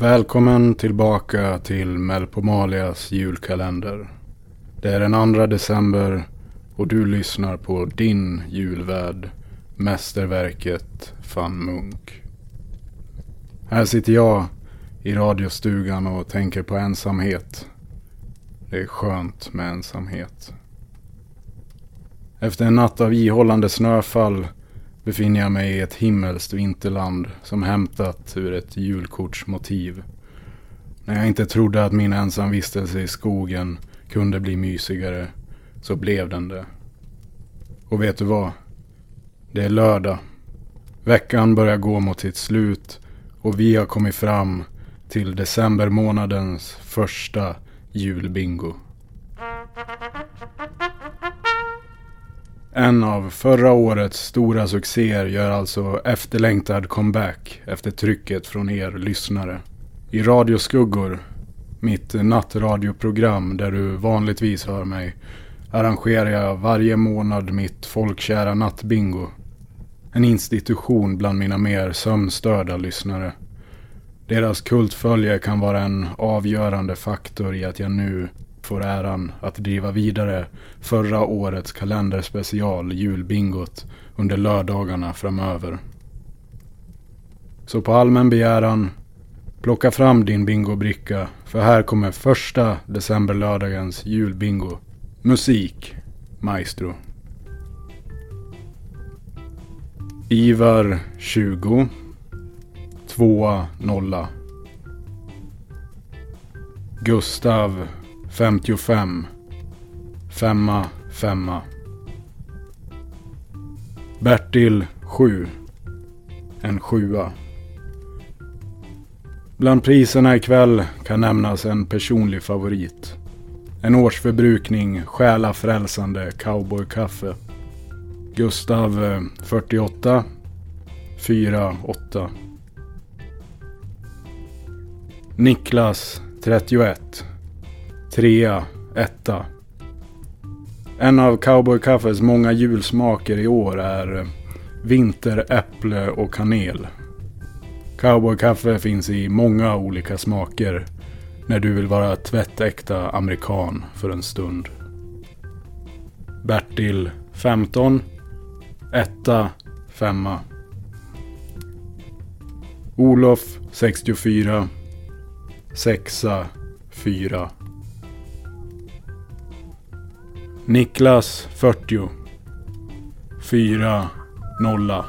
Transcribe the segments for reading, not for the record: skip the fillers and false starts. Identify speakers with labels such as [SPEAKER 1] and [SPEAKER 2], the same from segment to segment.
[SPEAKER 1] Välkommen tillbaka till Melpomalias julkalender. Det är den 2 december och du lyssnar på din julvärd, mästerverket Van Munk. Här sitter jag i radiostugan och tänker på ensamhet. Det är skönt med ensamhet. Efter en natt av ihållande snöfall befinner jag mig i ett himmelskt vinterland som hämtat ur ett julkortsmotiv. När jag inte trodde att min ensamvistelse i skogen kunde bli mysigare, så blev den det. Och vet du vad? Det är lördag. Veckan börjar gå mot sitt slut och vi har kommit fram till decembermånadens första julbingo. En av förra årets stora succéer gör alltså efterlängtad comeback efter trycket från er lyssnare. I Radioskuggor, mitt nattradioprogram där du vanligtvis hör mig, arrangerar jag varje månad mitt folkkära nattbingo. En institution bland mina mer sömnstörda lyssnare. Deras kultfölje kan vara en avgörande faktor i att jag nu får äran att driva vidare förra årets kalenderspecial julbingot under lördagarna framöver. Så på allmän begäran, plocka fram din bingobricka, för här kommer första decemberlördagens julbingo. Musik, maestro. Ivar 20, 2 0. Gustav 55, 5 5. Bertil 7, en 7. Bland priserna ikväll kan nämnas en personlig favorit. En årsförbrukning själafrälsande cowboykaffe. Gustav 48, 4 8. Niklas 31, 3 1. En av cowboykaffes många julsmaker i år är vinteräpple och kanel. Cowboykaffe finns i många olika smaker när du vill vara tvättäkta amerikan för en stund. Bertil 15, 1 5. Olof 64, 6 4. Niklas 40, 4 0.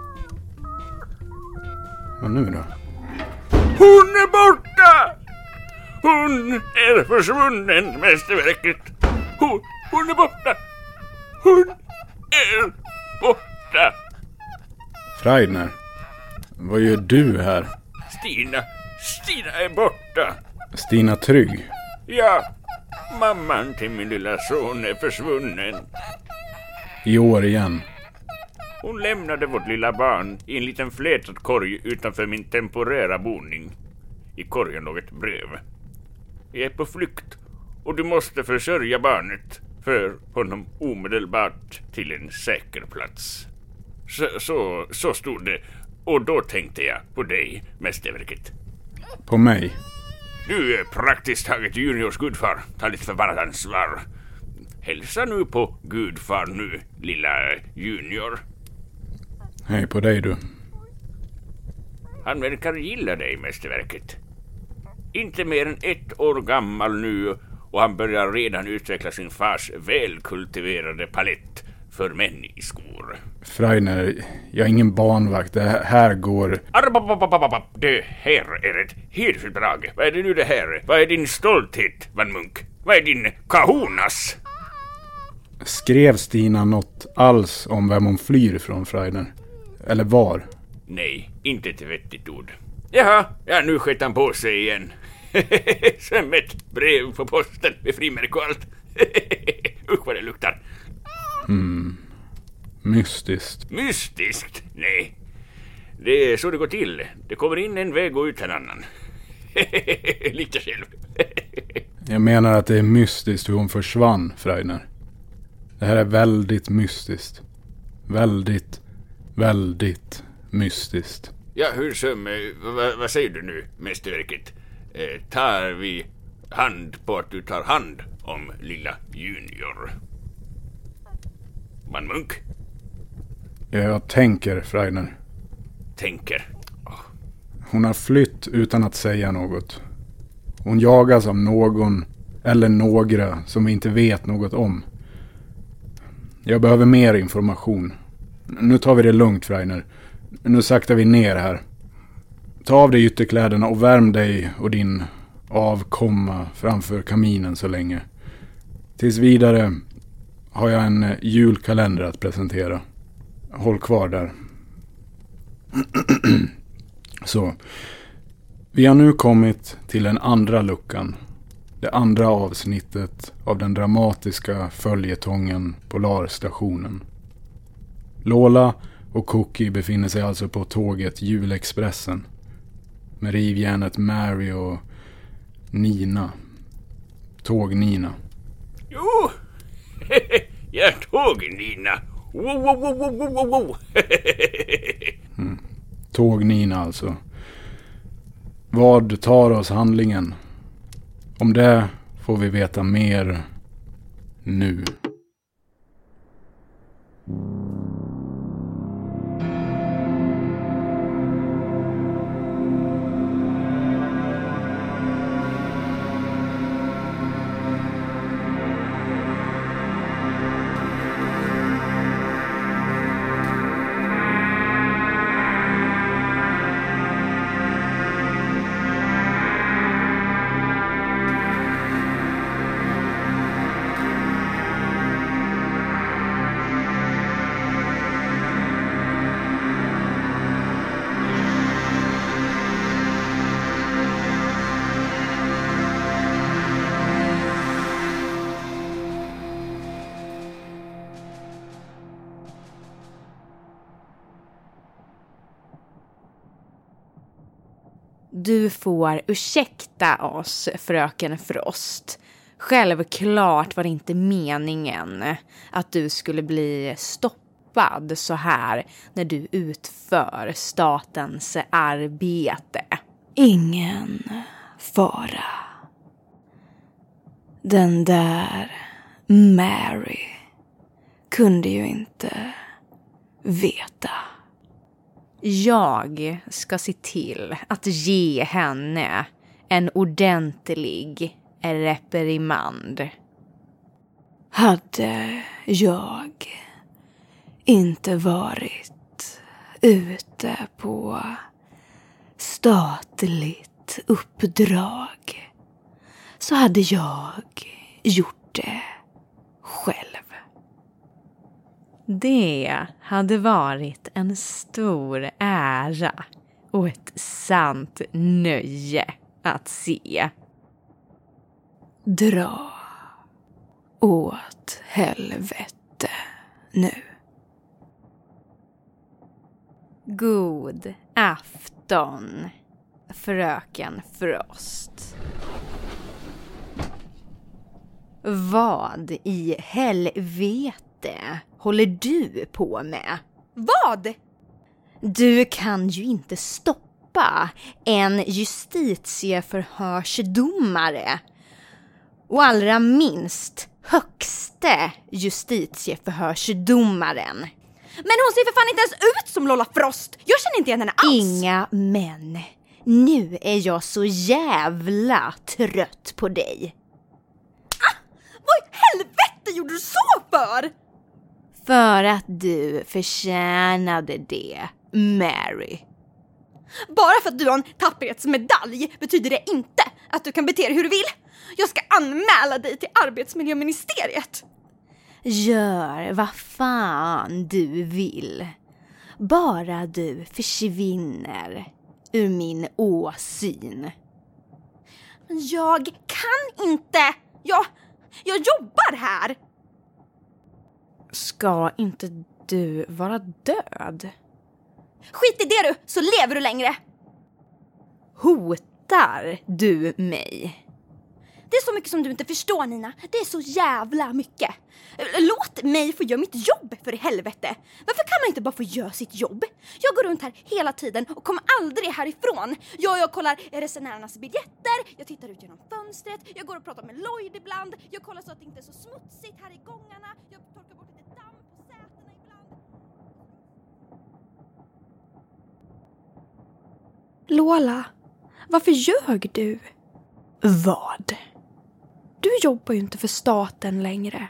[SPEAKER 1] Vad nu då?
[SPEAKER 2] Hon är borta! Hon är försvunnen, mästerverket. Hon är borta. Hon är borta.
[SPEAKER 1] Freidner, vad gör du här?
[SPEAKER 2] Stina är borta.
[SPEAKER 1] Stina Trygg?
[SPEAKER 2] Ja, mamman till min lilla son är försvunnen.
[SPEAKER 1] I år igen?
[SPEAKER 2] Hon lämnade vårt lilla barn i en liten flätad korg utanför min temporära boning. I korgen låg ett brev. Jag är på flykt och du måste försörja barnet för honom omedelbart till en säker plats. Så stod det, och då tänkte jag på dig, mästerverket.
[SPEAKER 1] På mig?
[SPEAKER 2] Du är praktiskt taget juniors gudfar. Ta lite förbannat ansvar. Hälsa nu på gudfar nu, lilla junior.
[SPEAKER 1] Hej på dig du.
[SPEAKER 2] Han verkar gilla dig, mästerverket. Inte mer än 1 år gammal nu och han börjar redan utveckla sin fars välkultiverade palett för män i skor.
[SPEAKER 1] Freidner, jag är ingen barnvakt. Det här går...
[SPEAKER 2] Det här är ett hedersuppdrag. Vad är det nu det här? Vad är din stolthet, Van Munk? Vad är din kahonas?
[SPEAKER 1] Skrev Stina något alls om vem hon flyr från, Freidner? Eller var?
[SPEAKER 2] Nej, inte ett vettigt ord. Jaha, nu skett han på sig igen. Som ett brev på posten med frimärke och allt. Usch vad det luktar.
[SPEAKER 1] Mystiskt.
[SPEAKER 2] Mystiskt? Nej. Det är så det går till. Det kommer in en väg och ut en annan. Lite själv.
[SPEAKER 1] Jag menar att det är mystiskt hur hon försvann, Freidner. Det här är väldigt mystiskt. Väldigt mystiskt.
[SPEAKER 2] Ja, hur som, vad säger du nu, mästerverket? Tar vi hand på att du tar hand om lilla Junior? Man Munk?
[SPEAKER 1] Jag tänker, Freiner.
[SPEAKER 2] Tänker.
[SPEAKER 1] Hon har flytt utan att säga något. Hon jagas av någon eller några som vi inte vet något om. Jag behöver mer information. Nu tar vi det lugnt, Freiner. Nu saktar vi ner här. Ta av dig ytterkläderna och värm dig och din avkomma framför kaminen så länge. Tills vidare har jag en julkalender att presentera. Håll kvar där. Så. Vi har nu kommit till den andra luckan. Det andra avsnittet av den dramatiska följetongen Polarstationen. Lola och Cookie befinner sig alltså på tåget Julexpressen. Med rivjärnet Mary och Nina. Tåg-Nina.
[SPEAKER 2] Jo! Ja, Tåg-Nina. Wow.
[SPEAKER 1] Tåg-Nina alltså. Vad tar oss handlingen? Om det får vi veta mer nu.
[SPEAKER 3] Du får ursäkta oss, fröken Frost. Självklart var det inte meningen att du skulle bli stoppad så här när du utför statens arbete. Ingen fara. Den där Mary kunde ju inte veta. Jag ska se till att ge henne en ordentlig reprimand. Hade jag inte varit ute på statligt uppdrag så hade jag gjort det själv. Det hade varit en stor ära och ett sant nöje att se. Dra åt helvete nu. God afton, fröken Frost. Vad i helvete håller du på med? Vad? Du kan ju inte stoppa en justitieförhörsdomare. Och allra minst högste justitieförhörsdomaren. Men hon ser för fan inte ens ut som Lola Frost. Jag känner inte igen henne alls. Inga men. Nu är jag så jävla trött på dig. Vad i helvete gjorde du så för? För att du förtjänade det, Mary. Bara för att du har en tapperhetsmedalj betyder det inte att du kan bete dig hur du vill. Jag ska anmäla dig till arbetsmiljöministeriet. Gör vad fan du vill. Bara du försvinner ur min åsyn. Jag kan inte. Jag jobbar här. Ska inte du vara död? Skit i det du, så lever du längre. Hotar du mig? Det är så mycket som du inte förstår, Nina. Det är så jävla mycket. Låt mig få göra mitt jobb, för i helvete. Varför kan man inte bara få göra sitt jobb? Jag går runt här hela tiden och kommer aldrig härifrån. Jag kollar resenärernas biljetter, jag tittar ut genom fönstret, jag går och pratar med Lloyd ibland, jag kollar så att det inte är så smutsigt här i gångarna, jag torkar bort lite damm på sätena ibland. Lola, varför ljög du? Vad? Du jobbar ju inte för staten längre.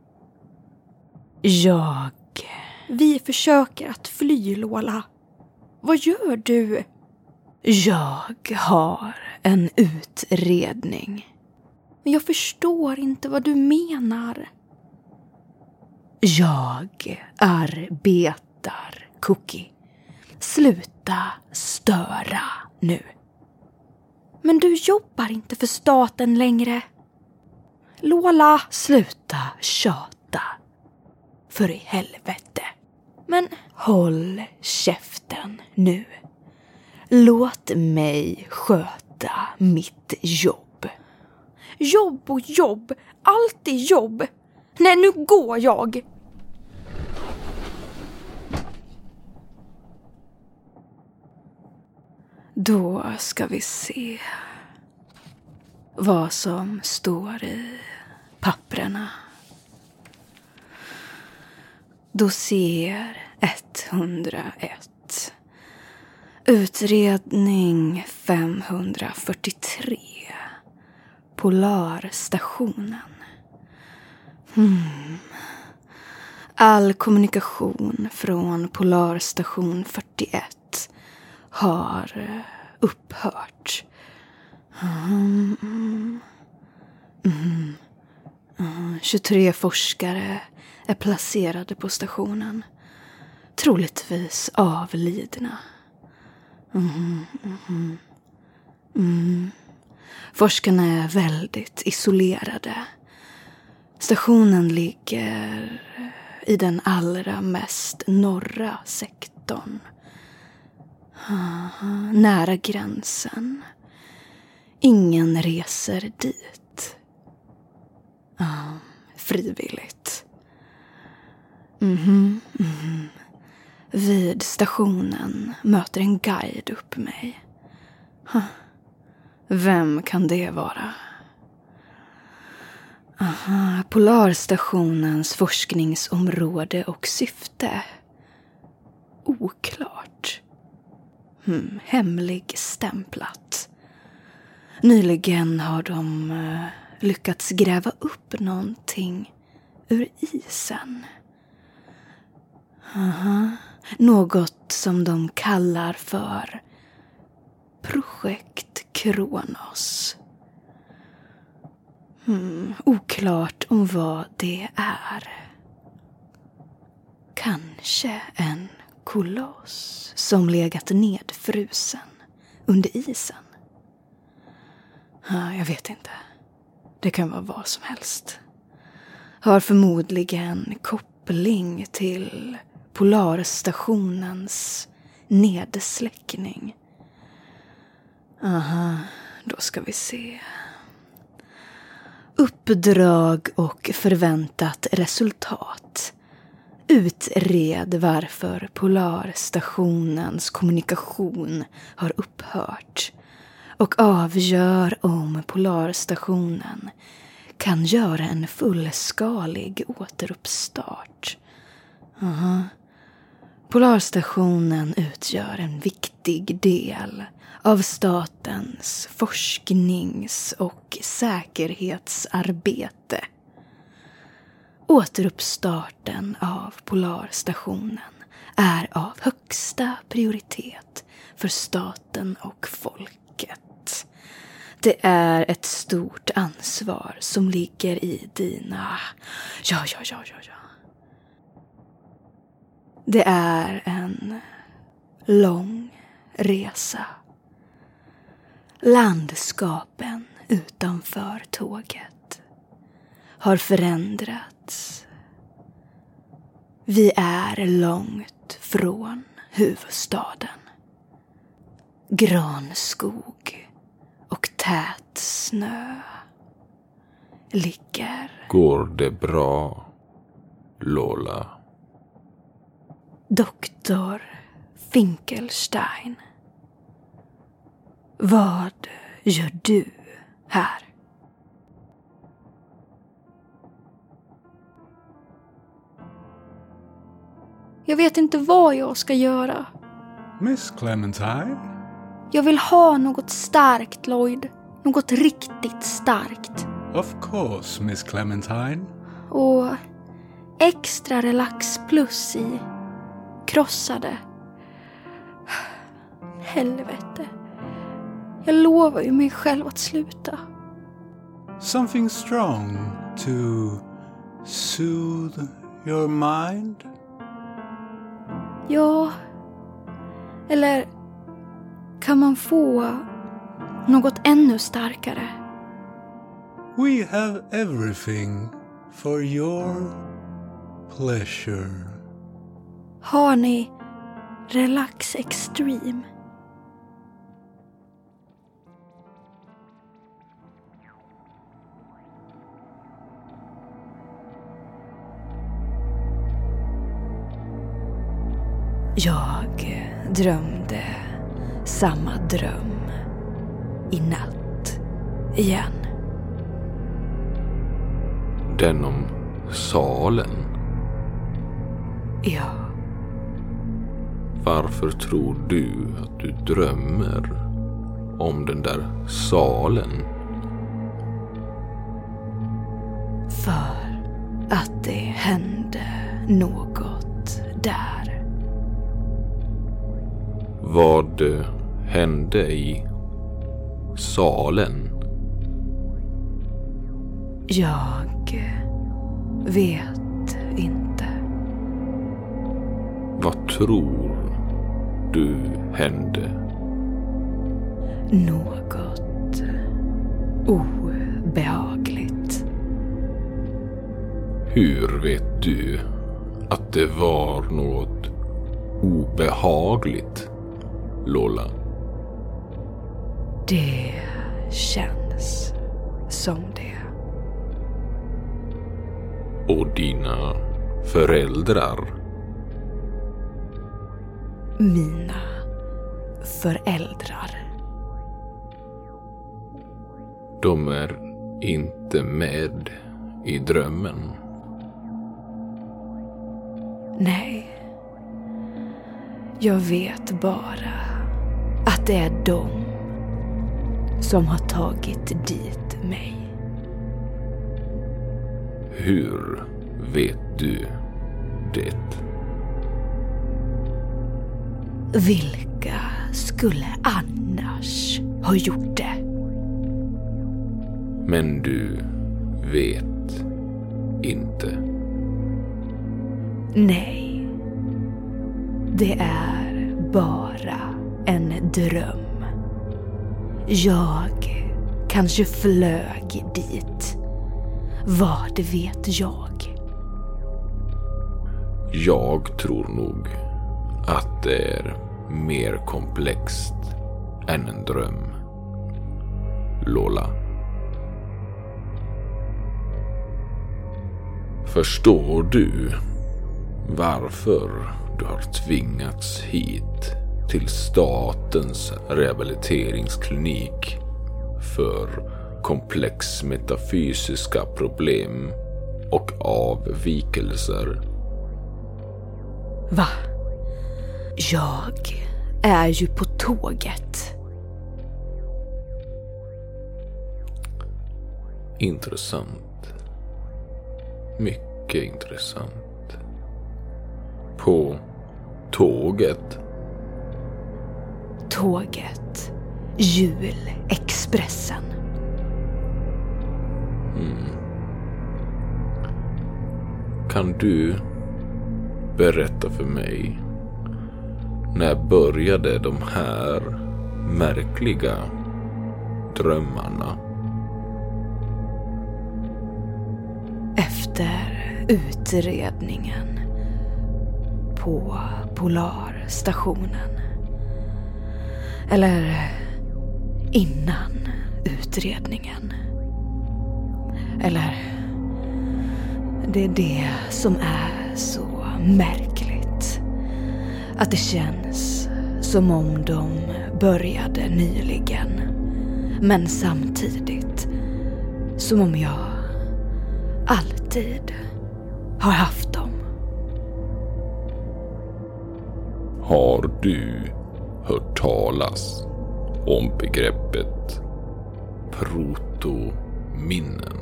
[SPEAKER 3] Vi försöker att fly, Lola. Vad gör du? Jag har en utredning. Men jag förstår inte vad du menar. Jag arbetar, Cookie. Sluta störa nu. Men du jobbar inte för staten längre. Lola, sluta tjata. För i helvete. Men håll käften nu. Låt mig sköta mitt jobb. Jobb och jobb. Alltid jobb. Nej, nu går jag. Då ska vi se vad som står i papperna. Dossier 101. Utredning 543. Polarstationen. All kommunikation från Polarstation 41 har upphört. 23 forskare är placerade på stationen. Troligtvis avlidna. Forskarna är väldigt isolerade. Stationen ligger i den allra mest norra sektorn. Nära gränsen. Ingen reser dit. Frivilligt. Vid stationen möter en guide upp mig. Vem kan det vara? Polarstationens forskningsområde och syfte. Oklart. Hemligstämplat. Nyligen har de lyckats gräva upp någonting ur isen. Något som de kallar för Projekt Kronos. Oklart om vad det är. Kanske en koloss som legat nedfrusen under isen. Jag vet inte. Det kan vara vad som helst. Har förmodligen koppling till Polarstationens nedsläckning. Då ska vi se. Uppdrag och förväntat resultat. Utred varför Polarstationens kommunikation har upphört. Och avgör om Polarstationen kan göra en fullskalig återuppstart. Polarstationen utgör en viktig del av statens forsknings- och säkerhetsarbete. Återuppstarten av Polarstationen är av högsta prioritet för staten och folket. Det är ett stort ansvar som ligger i dina... Ja. Det är en lång resa. Landskapen utanför tåget har förändrats. Vi är långt från huvudstaden. Granskog och tät snö ligger.
[SPEAKER 4] Går det bra, Lola?
[SPEAKER 5] Doktor Finkelstein. Vad gör du här? Jag vet inte vad jag ska göra.
[SPEAKER 1] Miss Clementine?
[SPEAKER 5] Jag vill ha något starkt, Lloyd. Något riktigt starkt.
[SPEAKER 1] Of course, Miss Clementine.
[SPEAKER 5] Och extra relax plus i. Krossade. Helvete. Jag lovar ju mig själv att sluta.
[SPEAKER 1] Something strong to soothe your mind?
[SPEAKER 5] Ja. Eller kan man få något ännu starkare?
[SPEAKER 1] We have everything for your pleasure.
[SPEAKER 5] Har ni Relax Extreme? Jag drömde samma dröm i natt igen.
[SPEAKER 4] Den om salen?
[SPEAKER 5] Ja.
[SPEAKER 4] Varför tror du att du drömmer om den där salen?
[SPEAKER 5] För att det hände något där.
[SPEAKER 4] Vad hände i salen?
[SPEAKER 5] Jag vet inte.
[SPEAKER 4] Vad tror du hände?
[SPEAKER 5] Något obehagligt.
[SPEAKER 4] Hur vet du att det var något obehagligt, Lola?
[SPEAKER 5] Det känns som det.
[SPEAKER 4] Och dina föräldrar?
[SPEAKER 5] Mina föräldrar.
[SPEAKER 4] De är inte med i drömmen.
[SPEAKER 5] Nej. Jag vet bara att det är de som har tagit dit mig.
[SPEAKER 4] Hur vet du det?
[SPEAKER 5] Vilka skulle annars ha gjort det?
[SPEAKER 4] Men du vet inte.
[SPEAKER 5] Nej. Det är bara en dröm. Jag kanske flög dit. Vad vet jag?
[SPEAKER 4] Jag tror nog att det är mer komplext än en dröm, Lola. Förstår du varför du har tvingats hit till statens rehabiliteringsklinik för komplex metafysiska problem och avvikelser?
[SPEAKER 5] Va? Jag är ju på tåget.
[SPEAKER 4] Intressant. Mycket intressant. På tåget?
[SPEAKER 5] Tåget. Julexpressen.
[SPEAKER 4] Kan du berätta för mig, när började de här märkliga drömmarna?
[SPEAKER 5] Efter utredningen på Polarstationen. Eller innan utredningen. Eller det är det som är så märkligt att det känns som om de började nyligen, men samtidigt som om jag alltid har haft dem.
[SPEAKER 4] Har du hört talas om begreppet protominnen?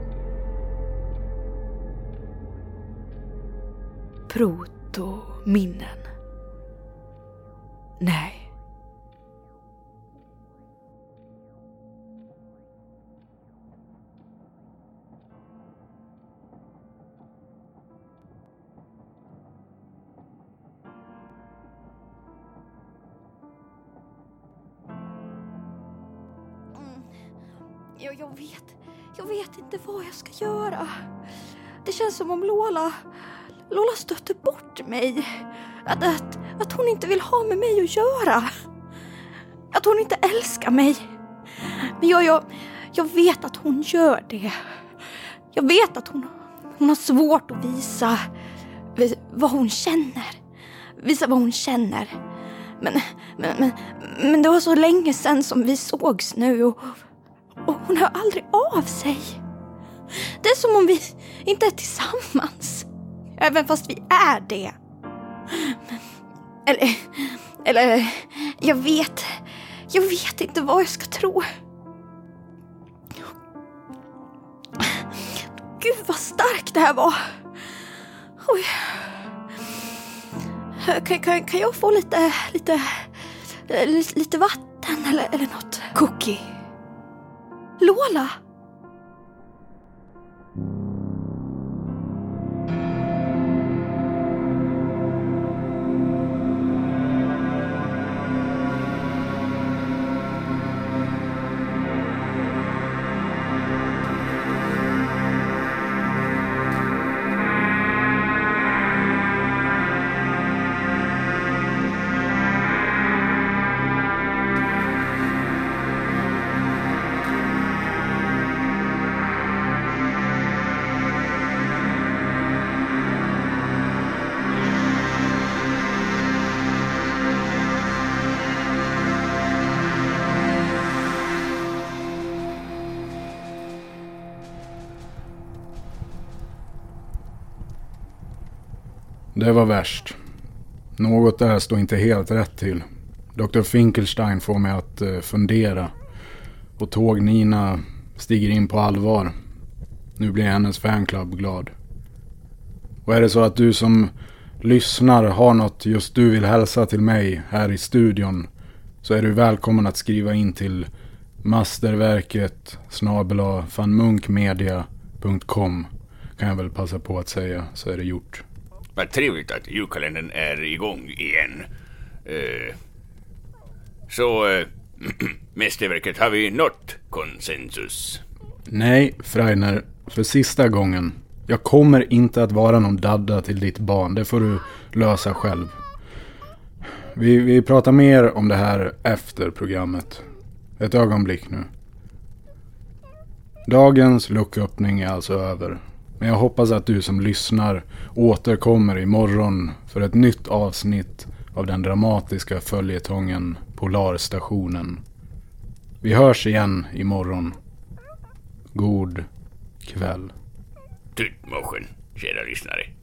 [SPEAKER 5] Protominnen? Nej.
[SPEAKER 3] Jag vet inte vad jag ska göra. Det känns som om Lola stötte bort mig. Att hon inte vill ha med mig att göra. Att hon inte älskar mig. Men jag vet att hon gör det. Jag vet att hon har svårt att visa vad hon känner. Visa vad hon känner. Men det var så länge sedan som vi sågs nu och hon hör aldrig av sig. Det är som om vi inte är tillsammans. Även fast vi är det. Eller jag vet inte vad jag ska tro. Gud vad starkt det här var. Oj. Kan jag få lite vatten eller något?
[SPEAKER 5] Cookie.
[SPEAKER 3] Lola.
[SPEAKER 1] Det var värst. Något där står inte helt rätt till. Dr. Finkelstein får mig att fundera. Och Tåg-Nina stiger in på allvar. Nu blir hennes fanclub glad. Och är det så att du som lyssnar har något just du vill hälsa till mig här i studion, så är du välkommen att skriva in till masterverket@vanmunkmedia.com. Kan jag väl passa på att säga, så är det gjort.
[SPEAKER 2] Vad trevligt att julkalendern är igång igen. Mästerverket, har vi nått konsensus?
[SPEAKER 1] Nej, Freiner, för sista gången. Jag kommer inte att vara någon dadda till ditt barn. Det får du lösa själv. Vi pratar mer om det här efter programmet. Ett ögonblick nu. Dagens lucköppning är alltså över. Men jag hoppas att du som lyssnar återkommer imorgon för ett nytt avsnitt av den dramatiska följetongen Polarstationen. Vi hörs igen imorgon. God kväll.
[SPEAKER 2] Tutmochen, kära lyssnare.